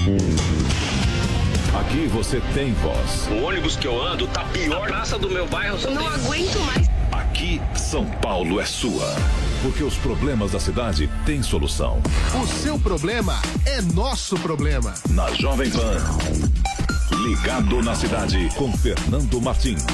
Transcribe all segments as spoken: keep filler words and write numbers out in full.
Aqui você tem voz. O ônibus que eu ando tá pior. A praça do meu bairro. Eu não aguento mais. Aqui, São Paulo é sua. Porque os problemas da cidade têm solução. O seu problema é nosso problema. Na Jovem Pan. Ligado na cidade com Fernando Martins.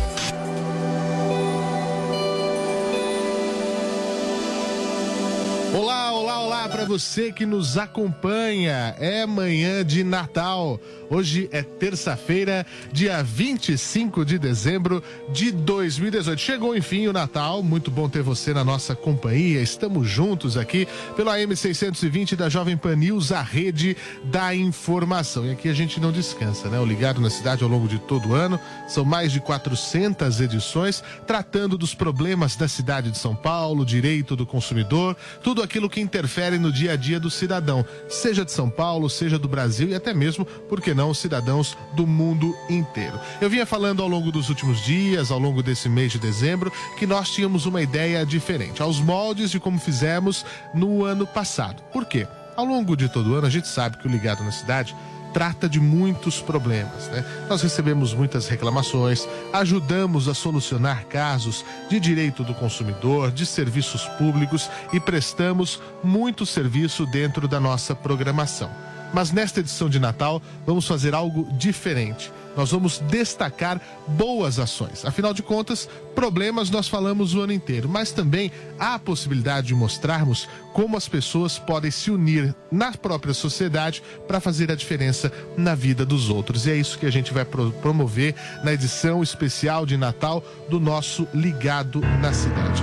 Olá, olá, olá para você que nos acompanha. É manhã de Natal. Hoje é terça-feira, dia vinte e cinco de dezembro de dois mil e dezoito. Chegou, enfim, o Natal. Muito bom ter você na nossa companhia. Estamos juntos aqui pelo A M seiscentos e vinte da Jovem Pan News, a rede da informação. E aqui a gente não descansa, né? O Ligado na Cidade ao longo de todo o ano. São mais de quatrocentas edições tratando dos problemas da cidade de São Paulo, direito do consumidor, tudo aquilo que interfere no dia a dia do cidadão, seja de São Paulo, seja do Brasil e até mesmo, por que não, cidadãos do mundo inteiro. Eu vinha falando ao longo dos últimos dias, ao longo desse mês de dezembro, que nós tínhamos uma ideia diferente, aos moldes de como fizemos no ano passado. Por quê? Ao longo de todo o ano, a gente sabe que o Ligado na Cidade trata de muitos problemas, né? Nós recebemos muitas reclamações, ajudamos a solucionar casos de direito do consumidor, de serviços públicos e prestamos muito serviço dentro da nossa programação. Mas nesta edição de Natal, vamos fazer algo diferente. Nós vamos destacar boas ações. Afinal de contas, problemas nós falamos o ano inteiro, mas também há a possibilidade de mostrarmos como as pessoas podem se unir na própria sociedade para fazer a diferença na vida dos outros. E é isso que a gente vai pro- promover na edição especial de Natal do nosso Ligado na Cidade.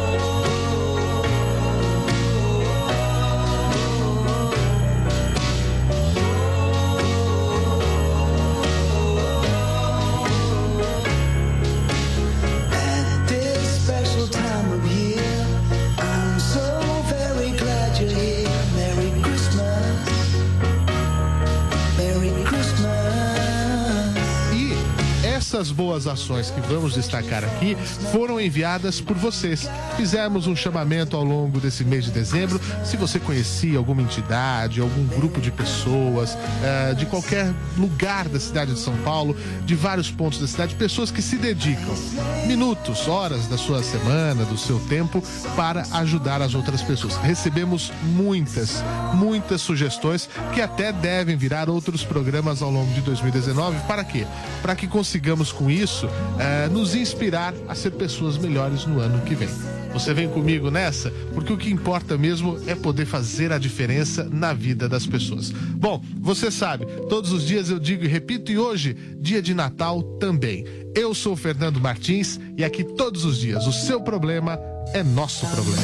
Essas boas ações que vamos destacar aqui foram enviadas por vocês. Fizemos um chamamento ao longo desse mês de dezembro. Se você conhecia alguma entidade, algum grupo de pessoas, eh, de qualquer lugar da cidade de São Paulo, de vários pontos da cidade, pessoas que se dedicam minutos, horas da sua semana, do seu tempo, para ajudar as outras pessoas. Recebemos muitas, muitas sugestões que até devem virar outros programas ao longo de dois mil e dezenove. Para quê? Para que consigamos com isso eh, nos inspirar a ser pessoas melhores no ano que vem. Você vem comigo nessa? Porque o que importa mesmo é poder fazer a diferença na vida das pessoas. Bom, você sabe, todos os dias eu digo e repito, e hoje, dia de Natal também. Eu sou o Fernando Martins e aqui todos os dias o seu problema é nosso problema.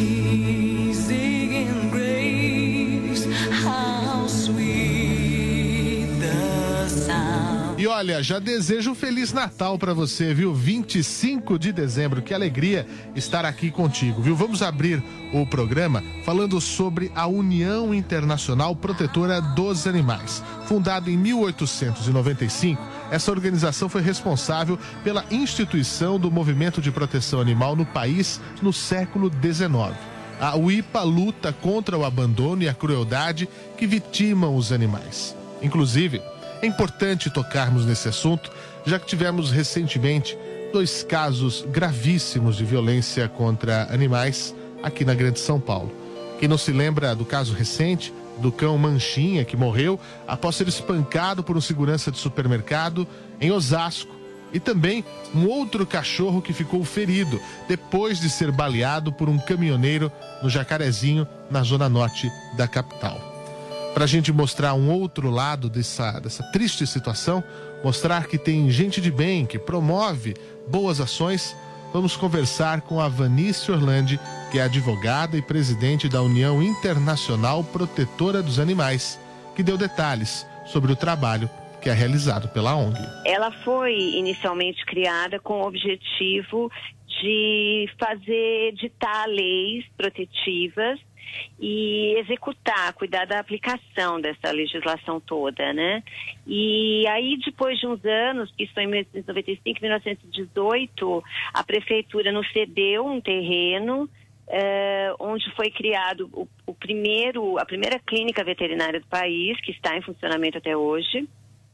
E olha, já desejo um Feliz Natal pra você, viu? vinte e cinco de dezembro, que alegria estar aqui contigo, viu? Vamos abrir o programa falando sobre a União Internacional Protetora dos Animais. Fundada em mil oitocentos e noventa e cinco, essa organização foi responsável pela instituição do movimento de proteção animal no país no século dezenove. A U I P A luta contra o abandono e a crueldade que vitimam os animais. Inclusive, é importante tocarmos nesse assunto, já que tivemos recentemente dois casos gravíssimos de violência contra animais aqui na Grande São Paulo. Quem não se lembra do caso recente do cão Manchinha, que morreu após ser espancado por um segurança de supermercado em Osasco, e também um outro cachorro que ficou ferido depois de ser baleado por um caminhoneiro no Jacarezinho, na zona norte da capital. Para a gente mostrar um outro lado dessa, dessa triste situação, mostrar que tem gente de bem, que promove boas ações, vamos conversar com a Vanice Orlandi, que é advogada e presidente da União Internacional Protetora dos Animais, que deu detalhes sobre o trabalho que é realizado pela O N G. Ela foi inicialmente criada com o objetivo de fazer, ditar leis protetivas e executar, cuidar da aplicação dessa legislação toda, né? E aí, depois de uns anos, isso foi em mil novecentos e noventa e cinco, mil novecentos e dezoito, a prefeitura nos cedeu um terreno Uh, onde foi criado o, o primeiro, a primeira clínica veterinária do país, que está em funcionamento até hoje.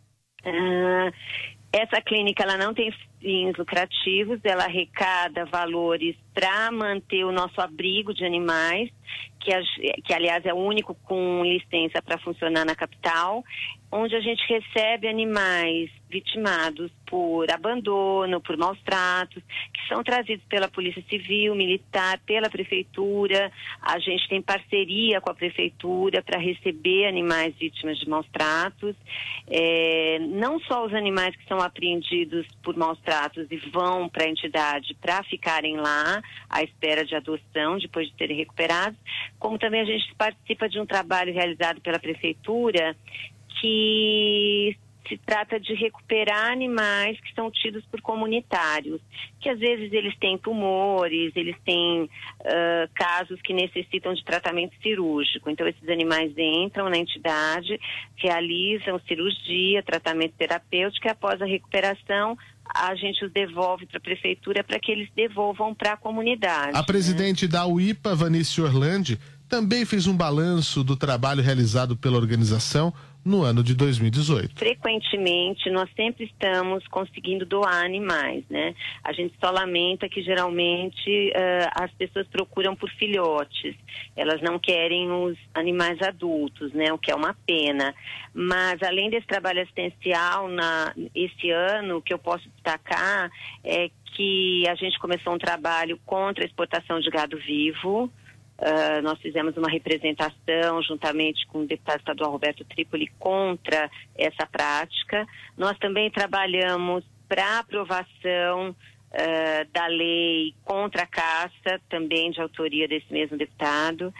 Uh, essa clínica ela não tem fins lucrativos, ela arrecada valores para manter o nosso abrigo de animais, que, a, que aliás é o único com licença para funcionar na capital, onde a gente recebe animais vitimados por abandono, por maus tratos, que são trazidos pela Polícia Civil, Militar, pela Prefeitura. A gente tem parceria com a Prefeitura para receber animais vítimas de maus tratos. É, não só os animais que são apreendidos por maus tratos e vão para a entidade para ficarem lá, à espera de adoção, depois de serem recuperados, como também a gente participa de um trabalho realizado pela Prefeitura que se trata de recuperar animais que são tidos por comunitários, que às vezes eles têm tumores, eles têm uh, casos que necessitam de tratamento cirúrgico. Então esses animais entram na entidade, realizam cirurgia, tratamento terapêutico e após a recuperação a gente os devolve para a prefeitura para que eles devolvam para a comunidade. A presidente, né, da U I P A, Vanice Orlandi, também fez um balanço do trabalho realizado pela organização no ano de dois mil e dezoito. Frequentemente, nós sempre estamos conseguindo doar animais, né? A gente só lamenta que, geralmente, uh, as pessoas procuram por filhotes. Elas não querem os animais adultos, né? O que é uma pena. Mas, além desse trabalho assistencial, na, esse ano, o que eu posso destacar é que a gente começou um trabalho contra a exportação de gado vivo. Uh, nós fizemos uma representação juntamente com o deputado estadual Roberto Trípoli contra essa prática. Nós também trabalhamos para aprovação uh, da lei contra a caça, também de autoria desse mesmo deputado.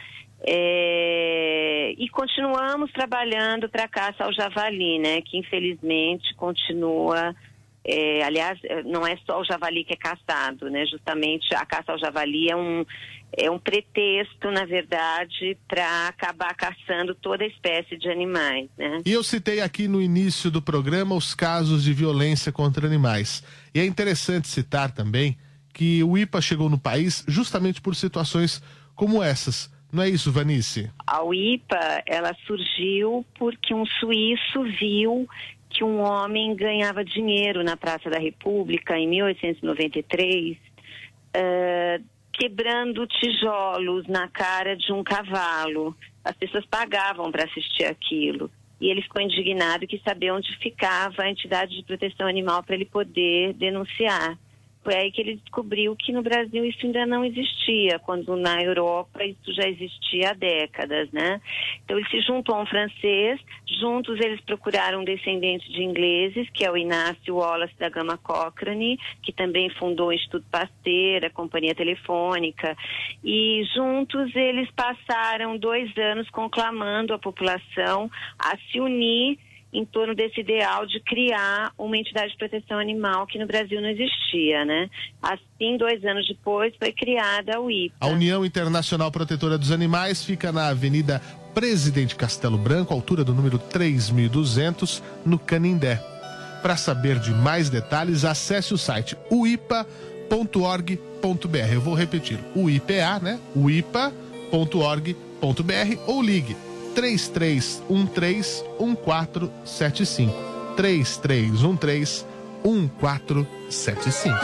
É, e continuamos trabalhando para a caça ao javali, né, que infelizmente continua. É, aliás, não é só o javali que é caçado, né? Justamente a caça ao javali é um, é um pretexto, na verdade, para acabar caçando toda a espécie de animais, né? E eu citei aqui no início do programa os casos de violência contra animais. E é interessante citar também que o I P A chegou no país justamente por situações como essas. Não é isso, Vanice? A U I P A, ela surgiu porque um suíço viu que um homem ganhava dinheiro na Praça da República em mil oitocentos e noventa e três, uh, quebrando tijolos na cara de um cavalo. As pessoas pagavam para assistir aquilo. E ele ficou indignado e quis saber onde ficava a entidade de proteção animal para ele poder denunciar. Foi aí que ele descobriu que no Brasil isso ainda não existia, quando na Europa isso já existia há décadas, né? Então ele se juntou a um francês, juntos eles procuraram um descendente de ingleses, que é o Inácio Wallace da Gama Cochrane, que também fundou o Instituto Pasteur, a Companhia Telefônica, e juntos eles passaram dois anos conclamando a população a se unir em torno desse ideal de criar uma entidade de proteção animal que no Brasil não existia, né? Assim, dois anos depois, foi criada a U I P A. A União Internacional Protetora dos Animais fica na Avenida Presidente Castelo Branco, altura do número três mil e duzentos, no Canindé. Para saber de mais detalhes, acesse o site u i p a ponto org ponto b r. Eu vou repetir, U I P A, né? u i p a ponto org ponto b r ou ligue três três um três um quatro sete cinco. três três um três um quatro sete cinco.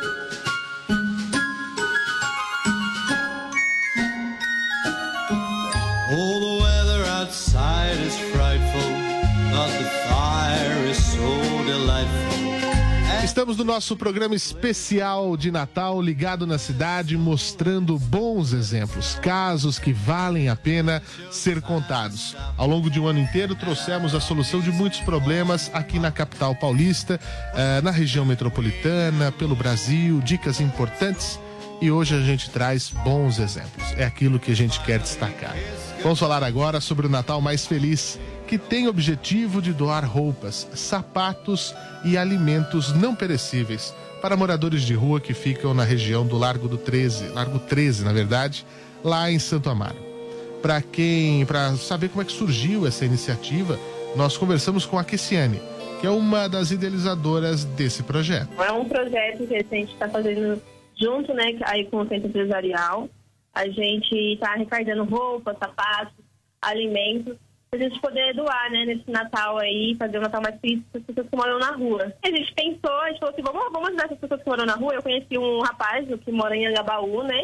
Oh, the weather outside is frightful, but the fire is so delightful. Estamos no nosso programa especial de Natal, ligado na cidade, mostrando bons exemplos, casos que valem a pena ser contados. Ao longo de um ano inteiro, trouxemos a solução de muitos problemas aqui na capital paulista, eh, na região metropolitana, pelo Brasil, dicas importantes. E hoje a gente traz bons exemplos. É aquilo que a gente quer destacar. Vamos falar agora sobre o Natal mais feliz, que tem o objetivo de doar roupas, sapatos e alimentos não perecíveis para moradores de rua que ficam na região do Largo do treze, Largo treze, na verdade, lá em Santo Amaro. Para quem, para saber como é que surgiu essa iniciativa, nós conversamos com a Kessiane, que é uma das idealizadoras desse projeto. É um projeto que a gente está fazendo junto, né, aí com o Centro Empresarial, A gente está arrecadando roupas, sapatos, alimentos, pra gente poder doar, né, nesse Natal aí, fazer um Natal mais feliz para as pessoas que moram na rua. E a gente pensou, a gente falou assim, vamos, vamos ajudar essas pessoas que moram na rua. Eu conheci um rapaz que mora em Anhangabaú, né?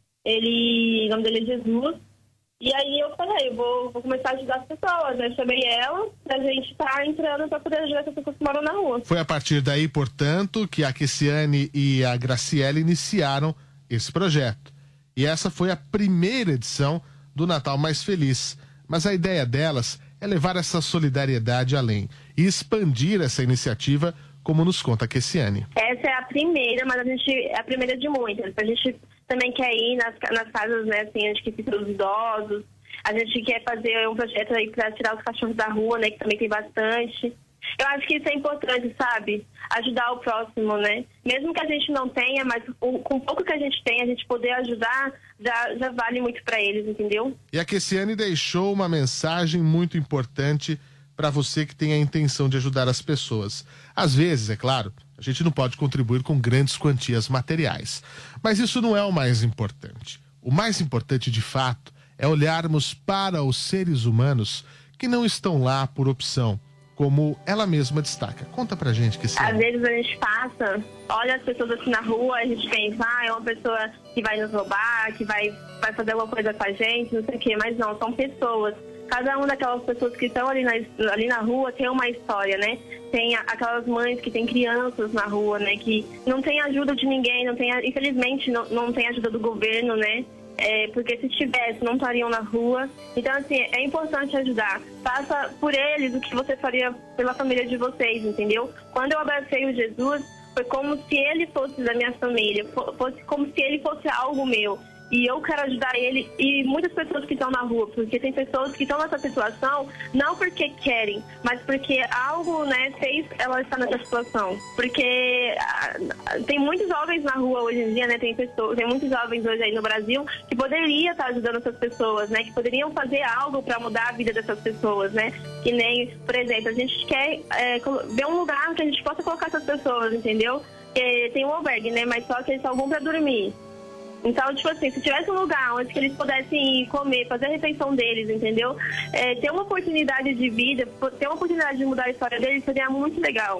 Ele, o nome dele é Jesus. E aí eu falei, eu vou, vou começar a ajudar as pessoas. Eu chamei ela, a gente tá entrando para poder ajudar essas pessoas que moram na rua. Foi a partir daí, portanto, que a Kessiane e a Graciele iniciaram esse projeto. E essa foi a primeira edição do Natal Mais Feliz. Mas a ideia delas é levar essa solidariedade além e expandir essa iniciativa, como nos conta a Kessiane. Essa é a primeira, mas a gente é a primeira de muitas. A gente também quer ir nas, nas casas, né, assim, onde que ficam os idosos. A gente quer fazer um projeto aí para tirar os cachorros da rua, né, que também tem bastante. Eu acho que isso é importante, sabe? Ajudar o próximo, né? Mesmo que a gente não tenha, mas com, com o pouco que a gente tem, a gente poder ajudar, já, já vale muito para eles, entendeu? E a Kessiane deixou uma mensagem muito importante para você que tem a intenção de ajudar as pessoas. Às vezes, é claro, a gente não pode contribuir com grandes quantias materiais. Mas isso não é o mais importante. O mais importante, de fato, é olharmos para os seres humanos que não estão lá por opção, como ela mesma destaca. Conta pra gente, Kessiane. Às vezes a gente passa, olha as pessoas assim na rua, a gente pensa, ah, é uma pessoa que vai nos roubar, que vai, vai fazer alguma coisa com a gente, não sei o quê, mas não, são pessoas. Cada uma daquelas pessoas que estão ali na, ali na rua tem uma história, né? Tem a, aquelas mães que têm crianças na rua, né? Que não tem ajuda de ninguém, não tem, infelizmente não, não tem ajuda do governo, né? É, porque se tivesse, não estariam na rua. Então, assim, é importante ajudar. Faça por eles o que você faria pela família de vocês, entendeu? Quando eu abracei o Jesus, foi como se ele fosse da minha família, fosse como se ele fosse algo meu. E eu quero ajudar ele e muitas pessoas que estão na rua, porque tem pessoas que estão nessa situação não porque querem, mas porque algo, né, fez ela estar nessa situação. Porque ah, tem muitos jovens na rua hoje em dia, né, tem pessoas, tem muitos jovens hoje aí no Brasil que poderiam estar ajudando essas pessoas, né, que poderiam fazer algo para mudar a vida dessas pessoas, né, que nem, por exemplo, a gente quer é, ver um lugar que a gente possa colocar essas pessoas, entendeu? Porque tem um albergue, né, mas só que eles só vão para dormir. Então, tipo assim, se tivesse um lugar onde que eles pudessem ir comer, fazer a refeição deles, entendeu? É, ter uma oportunidade de vida, ter uma oportunidade de mudar a história deles seria muito legal.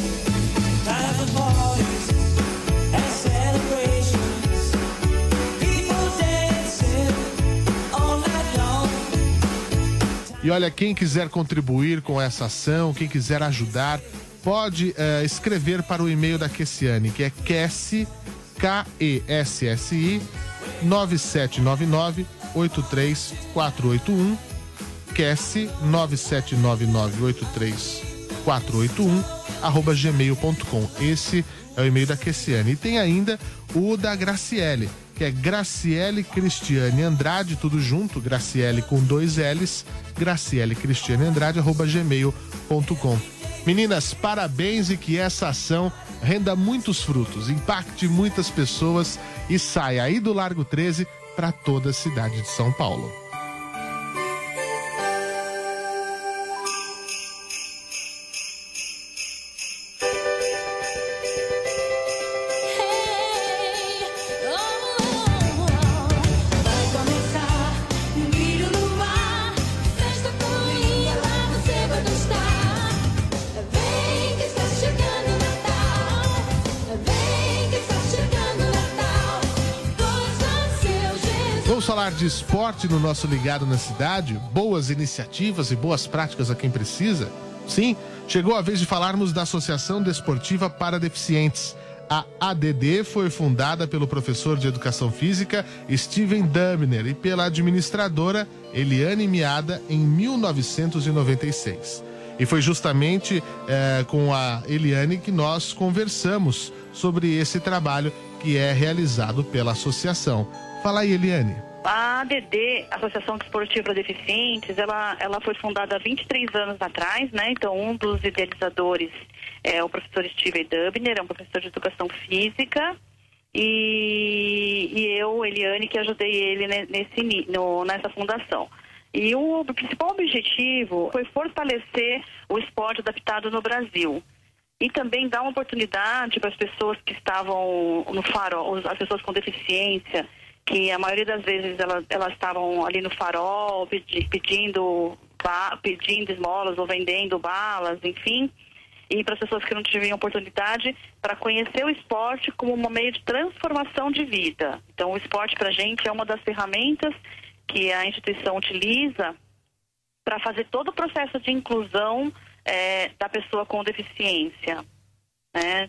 E olha, quem quiser contribuir com essa ação, quem quiser ajudar, pode uh, escrever para o e-mail da Kessiane, que é Kessi, K E S S I nove sete nove nove oito três quatro oito um, Kessi nove sete nove nove oito três quatro oito um arroba gmail ponto com. Esse é o e-mail da Kessiane. E tem ainda o da Graciele, que é Graciele Cristiane Andrade, tudo junto, Graciele com dois L's, Graciele Cristiane Andrade arroba gmail ponto com. Meninas, parabéns e que essa ação renda muitos frutos, impacte muitas pessoas e saia aí do Largo treze para toda a cidade de São Paulo. Vamos falar de esporte no nosso Ligado na Cidade? Boas iniciativas e boas práticas a quem precisa? Sim, chegou a vez de falarmos da Associação Desportiva para Deficientes. A A D D foi fundada pelo professor de Educação Física Steven Dubner e pela administradora Eliane Miada em mil novecentos e noventa e seis. E foi justamente eh, com a Eliane que nós conversamos sobre esse trabalho que é realizado pela associação. Fala aí, Eliane. A A D D, Associação Desportiva para Deficientes, ela, ela foi fundada há vinte e três anos atrás, né? Então, um dos idealizadores é o professor Steven Dubner, é um professor de Educação Física, e, e eu, Eliane, que ajudei ele nesse, no, nessa fundação. E o principal objetivo foi fortalecer o esporte adaptado no Brasil. E também dar uma oportunidade para as pessoas que estavam no farol, as pessoas com deficiência, que a maioria das vezes elas, elas estavam ali no farol pedi, pedindo, pedindo esmolas ou vendendo balas, enfim, e para as pessoas que não tiveram oportunidade, para conhecer o esporte como um meio de transformação de vida. Então, o esporte para a gente é uma das ferramentas que a instituição utiliza para fazer todo o processo de inclusão é, da pessoa com deficiência, né?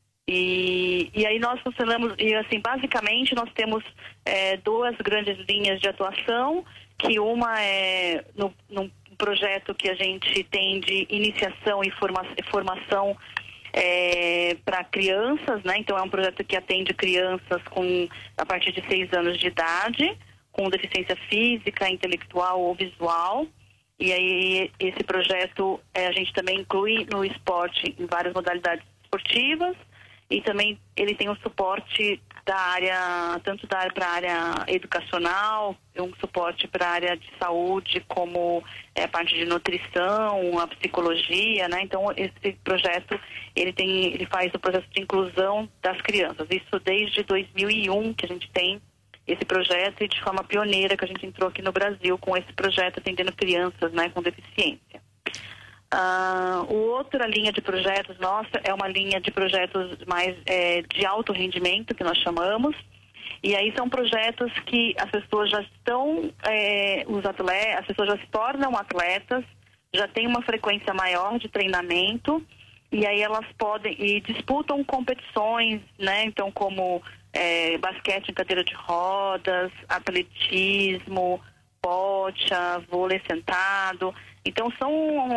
E, e aí nós funcionamos, e assim, basicamente nós temos é, duas grandes linhas de atuação, que uma é no, num projeto que a gente tem de iniciação e forma, formação é, para crianças, né? Então é um projeto que atende crianças com, a partir de seis anos de idade, com deficiência física, intelectual ou visual. E aí esse projeto é, a gente também inclui no esporte em várias modalidades esportivas. E também ele tem um suporte da área, tanto da área para a área educacional, um suporte para a área de saúde, como é, a parte de nutrição, a psicologia, né? Então esse projeto ele tem, ele faz o processo de inclusão das crianças. Isso desde dois mil e um que a gente tem esse projeto, e de forma pioneira que a gente entrou aqui no Brasil com esse projeto atendendo crianças, né, com deficiência. Uh, outra linha de projetos nossa é uma linha de projetos mais é, de alto rendimento, que nós chamamos, e aí são projetos que as pessoas já estão, é, os atletas, as pessoas já se tornam atletas, já tem uma frequência maior de treinamento, e aí elas podem, e disputam competições, né, então como é, basquete em cadeira de rodas, atletismo, bocha, vôlei sentado. Então são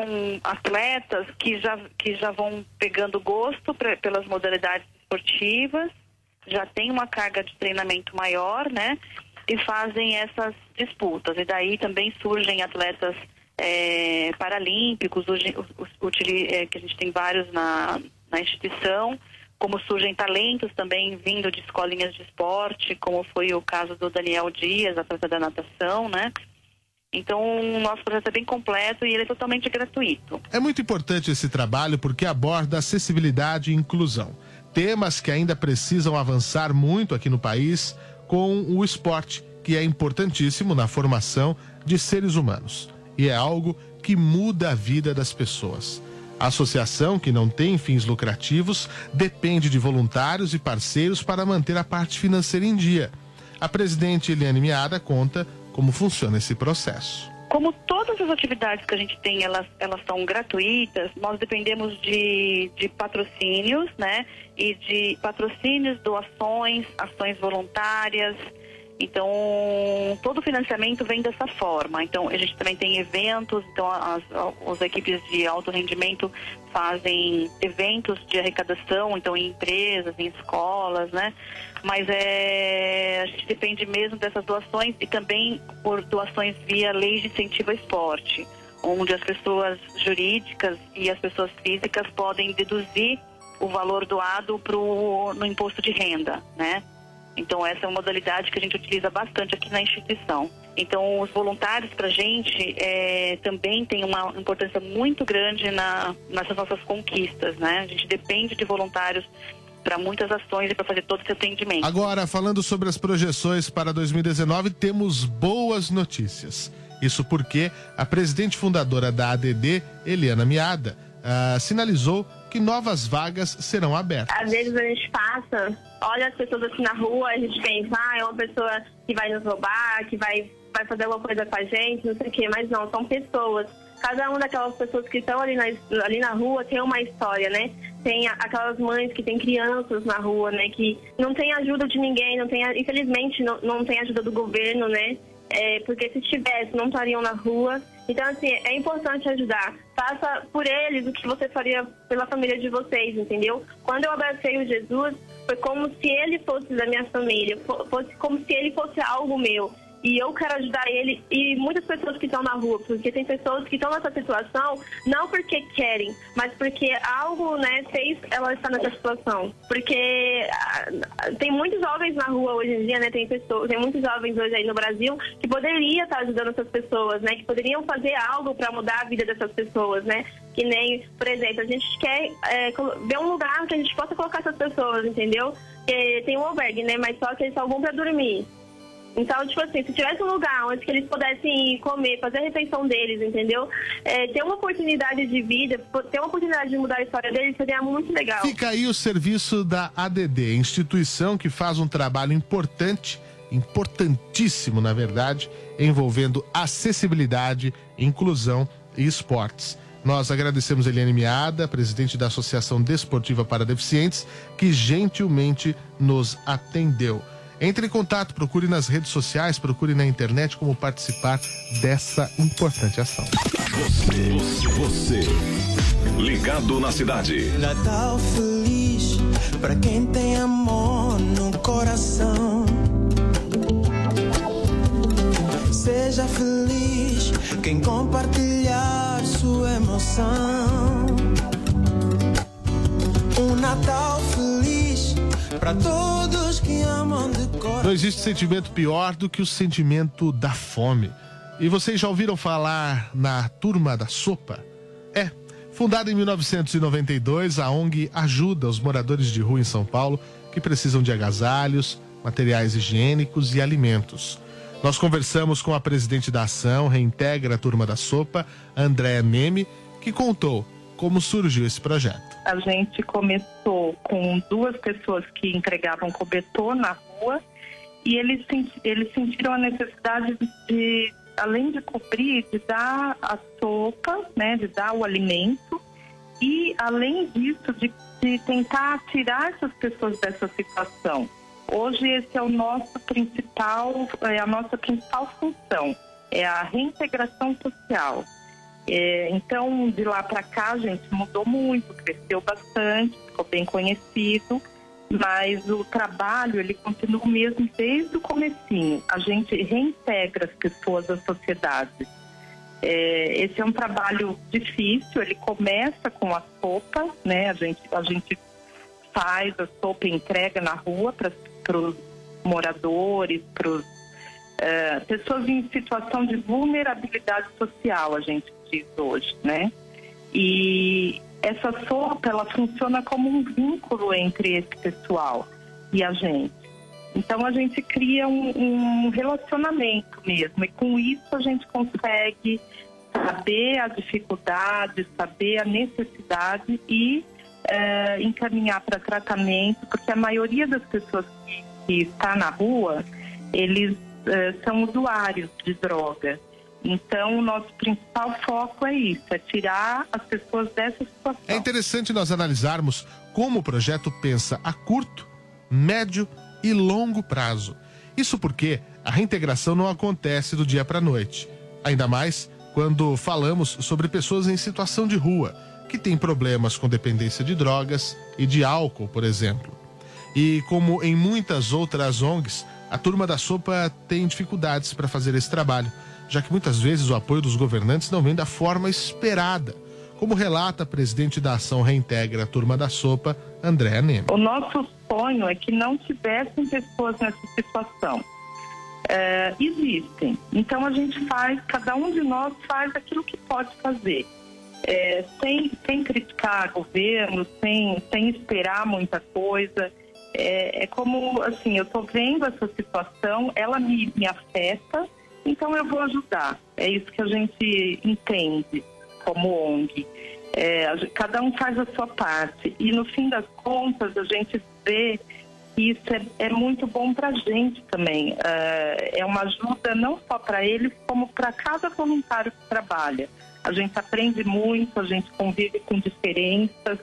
atletas que já, que já vão pegando gosto pra, pelas modalidades esportivas, já tem uma carga de treinamento maior, né? E fazem essas disputas. E daí também surgem atletas é, paralímpicos, hoje, os, os, é, que a gente tem vários na, na instituição, como surgem talentos também vindo de escolinhas de esporte, como foi o caso do Daniel Dias, atleta da natação, né? Então, o nosso projeto é bem completo e ele é totalmente gratuito. É muito importante esse trabalho porque aborda acessibilidade e inclusão. Temas que ainda precisam avançar muito aqui no país com o esporte, que é importantíssimo na formação de seres humanos. E é algo que muda a vida das pessoas. A associação, que não tem fins lucrativos, depende de voluntários e parceiros para manter a parte financeira em dia. A presidente Eliane Miada conta como funciona esse processo. Como todas as atividades que a gente tem, elas, elas são gratuitas, nós dependemos de, de patrocínios, né? E de patrocínios, doações, ações voluntárias. Então, todo o financiamento vem dessa forma. Então, a gente também tem eventos, então as, as equipes de alto rendimento fazem eventos de arrecadação, então em empresas, em escolas, né? Mas é, a gente depende mesmo dessas doações e também por doações via lei de incentivo ao esporte, onde as pessoas jurídicas e as pessoas físicas podem deduzir o valor doado pro, no imposto de renda, né? Então essa é uma modalidade que a gente utiliza bastante aqui na instituição. Então os voluntários para a gente é, também tem uma importância muito grande na, nessas nossas conquistas, né? A gente depende de voluntários para muitas ações e para fazer todo esse atendimento. Agora, falando sobre as projeções para dois mil e dezenove, temos boas notícias. Isso porque a presidente fundadora da A D D, Eliane Miada, uh, sinalizou que novas vagas serão abertas. Às vezes a gente passa, olha as pessoas assim na rua, a gente pensa, ah, é uma pessoa que vai nos roubar, que vai, vai fazer alguma coisa com a gente, não sei o quê, mas não, são pessoas. Cada uma daquelas pessoas que estão ali na, ali na rua tem uma história, né? Tem a, aquelas mães que têm crianças na rua, né? Que não tem ajuda de ninguém, não tem, infelizmente não, não tem ajuda do governo, né? É, porque se tivesse, não estariam na rua. Então, assim, é importante ajudar. Faça por eles o que você faria pela família de vocês, entendeu? Quando eu abracei o Jesus, foi como se ele fosse da minha família, fosse como se ele fosse algo meu. E eu quero ajudar ele e muitas pessoas que estão na rua, porque tem pessoas que estão nessa situação não porque querem, mas porque algo, né, fez ela estar nessa situação. Porque ah, tem muitos jovens na rua hoje em dia, né, tem pessoas, tem muitos jovens hoje aí no Brasil que poderiam estar ajudando essas pessoas, né, que poderiam fazer algo para mudar a vida dessas pessoas, né. Que nem, por exemplo, a gente quer é, ver um lugar que a gente possa colocar essas pessoas, entendeu? Porque tem um albergue, né, mas só que eles só vão para dormir. Então, tipo assim, se tivesse um lugar onde que eles pudessem ir comer, fazer a refeição deles, entendeu? É, ter uma oportunidade de vida, ter uma oportunidade de mudar a história deles seria muito legal. Fica aí o serviço da A D D, instituição que faz um trabalho importante, importantíssimo, na verdade, envolvendo acessibilidade, inclusão e esportes. Nós agradecemos a Eliane Miada, presidente da Associação Desportiva para Deficientes, que gentilmente nos atendeu. Entre em contato, procure nas redes sociais, procure na internet como participar dessa importante ação. Você, você, ligado na cidade. Natal feliz pra quem tem amor no coração. Seja feliz quem compartilhar sua emoção. Um Natal feliz pra todos que amam de coração. Não existe sentimento pior do que o sentimento da fome. E vocês já ouviram falar na Turma da Sopa? É, fundada em mil novecentos e noventa e dois, a ONG ajuda os moradores de rua em São Paulo que precisam de agasalhos, materiais higiênicos e alimentos. Nós conversamos com a presidente da ação, Reintegra a Turma da Sopa, Andréa Neme, que contou como surgiu esse projeto. A gente começou com duas pessoas que entregavam cobertor na rua e eles, eles sentiram a necessidade de, além de cobrir, de dar a sopa, né, de dar o alimento e, além disso, de, de tentar tirar essas pessoas dessa situação. Hoje esse é o nosso principal, é a nossa principal função, é a reintegração social. É, então, de lá para cá, a gente mudou muito, cresceu bastante, ficou bem conhecido, mas o trabalho, ele continua o mesmo desde o comecinho. A gente reintegra as pessoas à sociedade. É, esse é um trabalho difícil, ele começa com a sopa, né? A gente, a gente faz a sopa e entrega na rua para os moradores, para as uh, pessoas em situação de vulnerabilidade social, a gente diz hoje, né? E essa sopa, ela funciona como um vínculo entre esse pessoal e a gente. Então a gente cria um, um relacionamento mesmo, e com isso a gente consegue saber a dificuldade, saber a necessidade e Uh, encaminhar para tratamento, porque a maioria das pessoas que, que está na rua, eles uh, são usuários de droga. Então, o nosso principal foco é isso, é tirar as pessoas dessa situação. É interessante nós analisarmos como o projeto pensa a curto, médio e longo prazo. Isso porque a reintegração não acontece do dia para a noite. Ainda mais quando falamos sobre pessoas em situação de rua, que tem problemas com dependência de drogas e de álcool, por exemplo. E como em muitas outras O N Gs, a Turma da Sopa tem dificuldades para fazer esse trabalho, já que muitas vezes o apoio dos governantes não vem da forma esperada, como relata a presidente da ação Reintegra a Turma da Sopa, Andréa Neme. O nosso sonho é que não tivessem pessoas nessa situação. É, existem. Então a gente faz, cada um de nós faz aquilo que pode fazer. É, sem, sem criticar governo, sem, sem esperar muita coisa. É, é como, assim, eu estou vendo essa situação, ela me, me afeta, então eu vou ajudar. É isso que a gente entende como O N G. É, a, cada um faz a sua parte. E no fim das contas, a gente vê que isso é, é muito bom para a gente também. É, é uma ajuda não só para eles, como para cada voluntário que trabalha. A gente aprende muito, a gente convive com diferenças.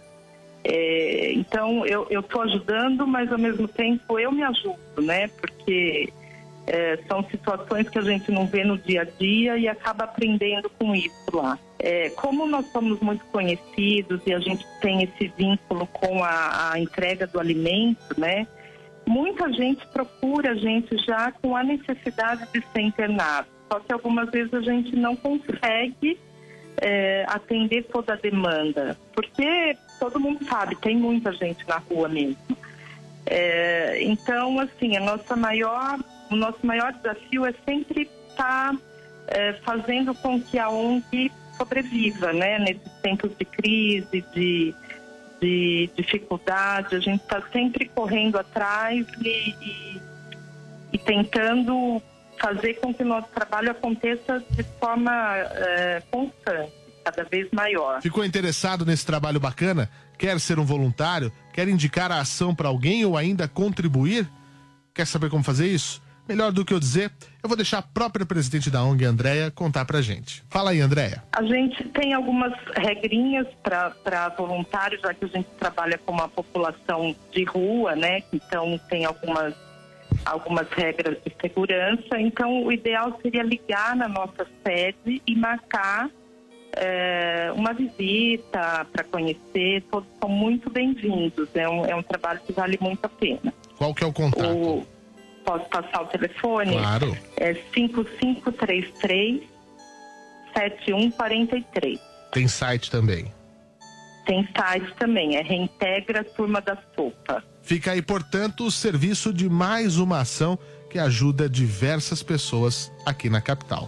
É, então, eu estou ajudando, mas ao mesmo tempo eu me ajudo, né? Porque é, são situações que a gente não vê no dia a dia e acaba aprendendo com isso lá. É, como nós somos muito conhecidos e a gente tem esse vínculo com a, a entrega do alimento, né? Muita gente procura a gente já com a necessidade de ser internado. Só que algumas vezes a gente não consegue É, atender toda a demanda, porque todo mundo sabe, tem muita gente na rua mesmo. É, então, assim, a nossa maior, o nosso maior desafio é sempre estar tá, é, fazendo com que a O N G sobreviva, né? Nesses tempos de crise, de, de dificuldade, a gente está sempre correndo atrás e, e, e tentando fazer com que o nosso trabalho aconteça de forma é, constante, cada vez maior. Ficou interessado nesse trabalho bacana? Quer ser um voluntário? Quer indicar a ação para alguém ou ainda contribuir? Quer saber como fazer isso? Melhor do que eu dizer, eu vou deixar a própria presidente da O N G, Andréia, contar pra gente. Fala aí, Andréia. A gente tem algumas regrinhas para voluntários, já que a gente trabalha com uma população de rua, né? Então tem algumas algumas regras de segurança. Então o ideal seria ligar na nossa sede e marcar é, uma visita para conhecer. Todos são muito bem-vindos. É um, é um trabalho que vale muito a pena. Qual que é o contato? O, posso passar o telefone? Claro. É cinco cinco três três, sete um quatro três. Tem site também. Tem site também, é Reintegra Turma da Sopa. Fica aí, portanto, o serviço de mais uma ação que ajuda diversas pessoas aqui na capital.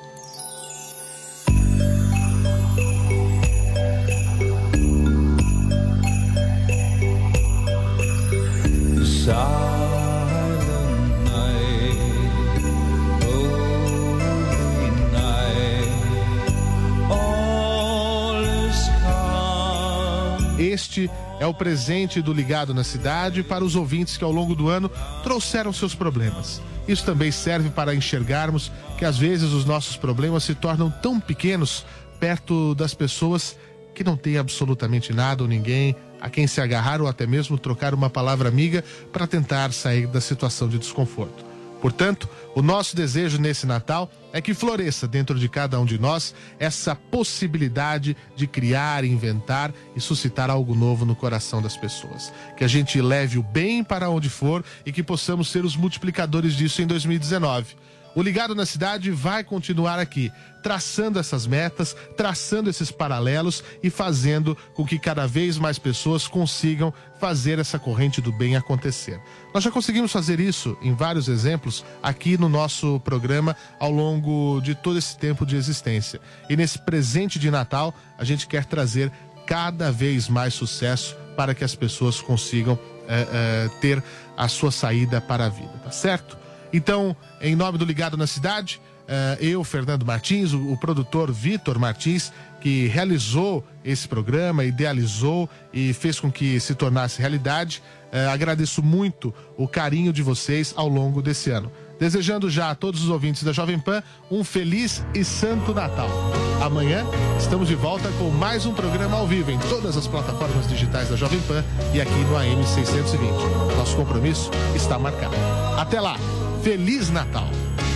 Este é o presente do Ligado na Cidade para os ouvintes que ao longo do ano trouxeram seus problemas. Isso também serve para enxergarmos que às vezes os nossos problemas se tornam tão pequenos perto das pessoas que não têm absolutamente nada ou ninguém a quem se agarrar ou até mesmo trocar uma palavra amiga para tentar sair da situação de desconforto. Portanto, o nosso desejo nesse Natal é que floresça dentro de cada um de nós essa possibilidade de criar, inventar e suscitar algo novo no coração das pessoas. Que a gente leve o bem para onde for e que possamos ser os multiplicadores disso em dois mil e dezenove. O Ligado na Cidade vai continuar aqui, traçando essas metas, traçando esses paralelos e fazendo com que cada vez mais pessoas consigam fazer essa corrente do bem acontecer. Nós já conseguimos fazer isso em vários exemplos aqui no nosso programa ao longo de todo esse tempo de existência. E nesse presente de Natal, a gente quer trazer cada vez mais sucesso para que as pessoas consigam é, é, ter a sua saída para a vida, tá certo? Então, em nome do Ligado na Cidade, uh, eu, Fernando Martins, o, o produtor Vitor Martins, que realizou esse programa, idealizou e fez com que se tornasse realidade, uh, agradeço muito o carinho de vocês ao longo desse ano. Desejando já a todos os ouvintes da Jovem Pan um feliz e santo Natal. Amanhã estamos de volta com mais um programa ao vivo em todas as plataformas digitais da Jovem Pan e aqui no A M seiscentos e vinte. Nosso compromisso está marcado. Até lá! Feliz Natal!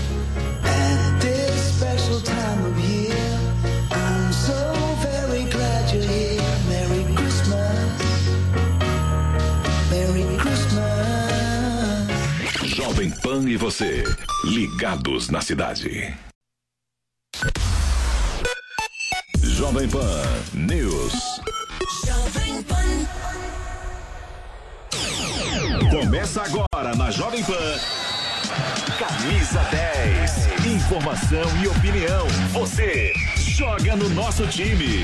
Jovem Pan e você, ligados na cidade. Jovem Pan News. Jovem Pan. Começa agora na Jovem Pan. Camisa dez. Informação e opinião. Você joga no nosso time.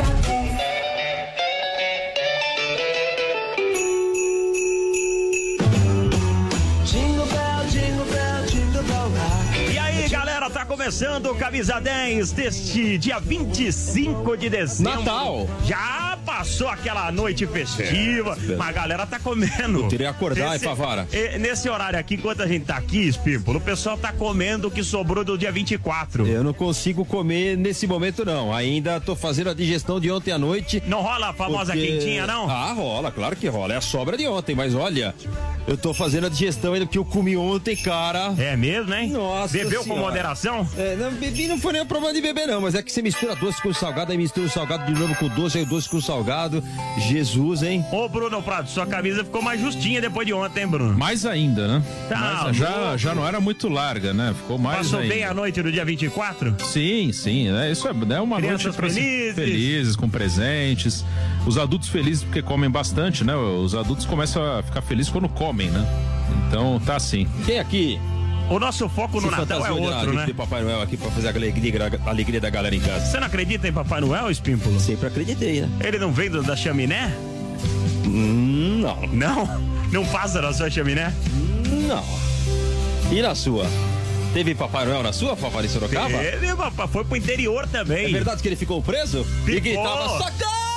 E aí, galera, tá começando o Camisa dez deste dia vinte e cinco de dezembro. Natal. Já passou aquela noite festiva, é, mas a galera tá comendo. Eu teria que acordar, Esse, hein, Favara? Nesse horário aqui, enquanto a gente tá aqui, Espímpolo, o pessoal tá comendo o que sobrou do dia vinte e quatro. Eu não consigo comer nesse momento, não. Ainda tô fazendo a digestão de ontem à noite. Não rola a famosa porque... quentinha, não? Ah, rola, claro que rola. É a sobra de ontem, mas olha, eu tô fazendo a digestão ainda porque eu comi ontem, cara. É mesmo, hein? Nossa Bebeu senhora. com moderação? É, não, bebi não foi nem o problema de beber, não, mas é que você mistura doce com salgado, aí mistura o salgado de novo com o doce, aí o doce com o salgado. Jesus, hein? Ô, Bruno Prado, sua camisa ficou mais justinha depois de ontem, hein, Bruno? Mais ainda, né? Tá, mais, já, já não era muito larga, né? Ficou mais Passou ainda. bem a noite do dia vinte e quatro? Sim, sim, né? Isso é, é uma Crianças noite pra felizes. felizes, com presentes. Os adultos felizes porque comem bastante, né? Os adultos começam a ficar felizes quando comem, né? Então, tá assim. Quem aqui? O nosso foco no Se Natal é outro, de, né? de Papai Noel aqui pra fazer a alegria, a alegria da galera em casa. Você não acredita em Papai Noel, Espímpolo? Sempre acreditei, né? Ele não vem do, da chaminé? Hum, não. Não? Não passa na sua chaminé? Não. E na sua? Teve Papai Noel na sua, Fafá, de Sorocaba? Teve, papai. Foi pro interior também. É verdade que ele ficou preso? Ficou. E gritava, socorro!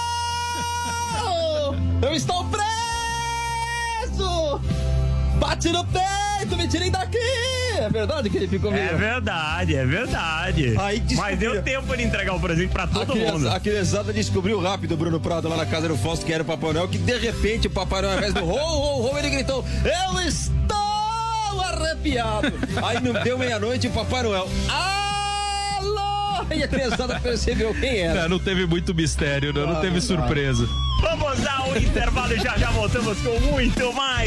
Eu estou preso! Bate no peito, me tirem daqui! É verdade que ele ficou meio... É verdade, é verdade. Aí Mas deu tempo de entregar o presente pra todo a criança, mundo. A criançada descobriu rápido o Bruno Prado lá na casa do Fausto, que era o Papai Noel, que de repente o Papai Noel, ao invés do ho, ho, ho, ele gritou, eu estou arrepiado. Aí não deu meia-noite e o Papai Noel, alô! E a criançada percebeu quem era. Não, não teve muito mistério, não, não Ah, teve não. surpresa. Vamos ao intervalo e já já voltamos com muito mais.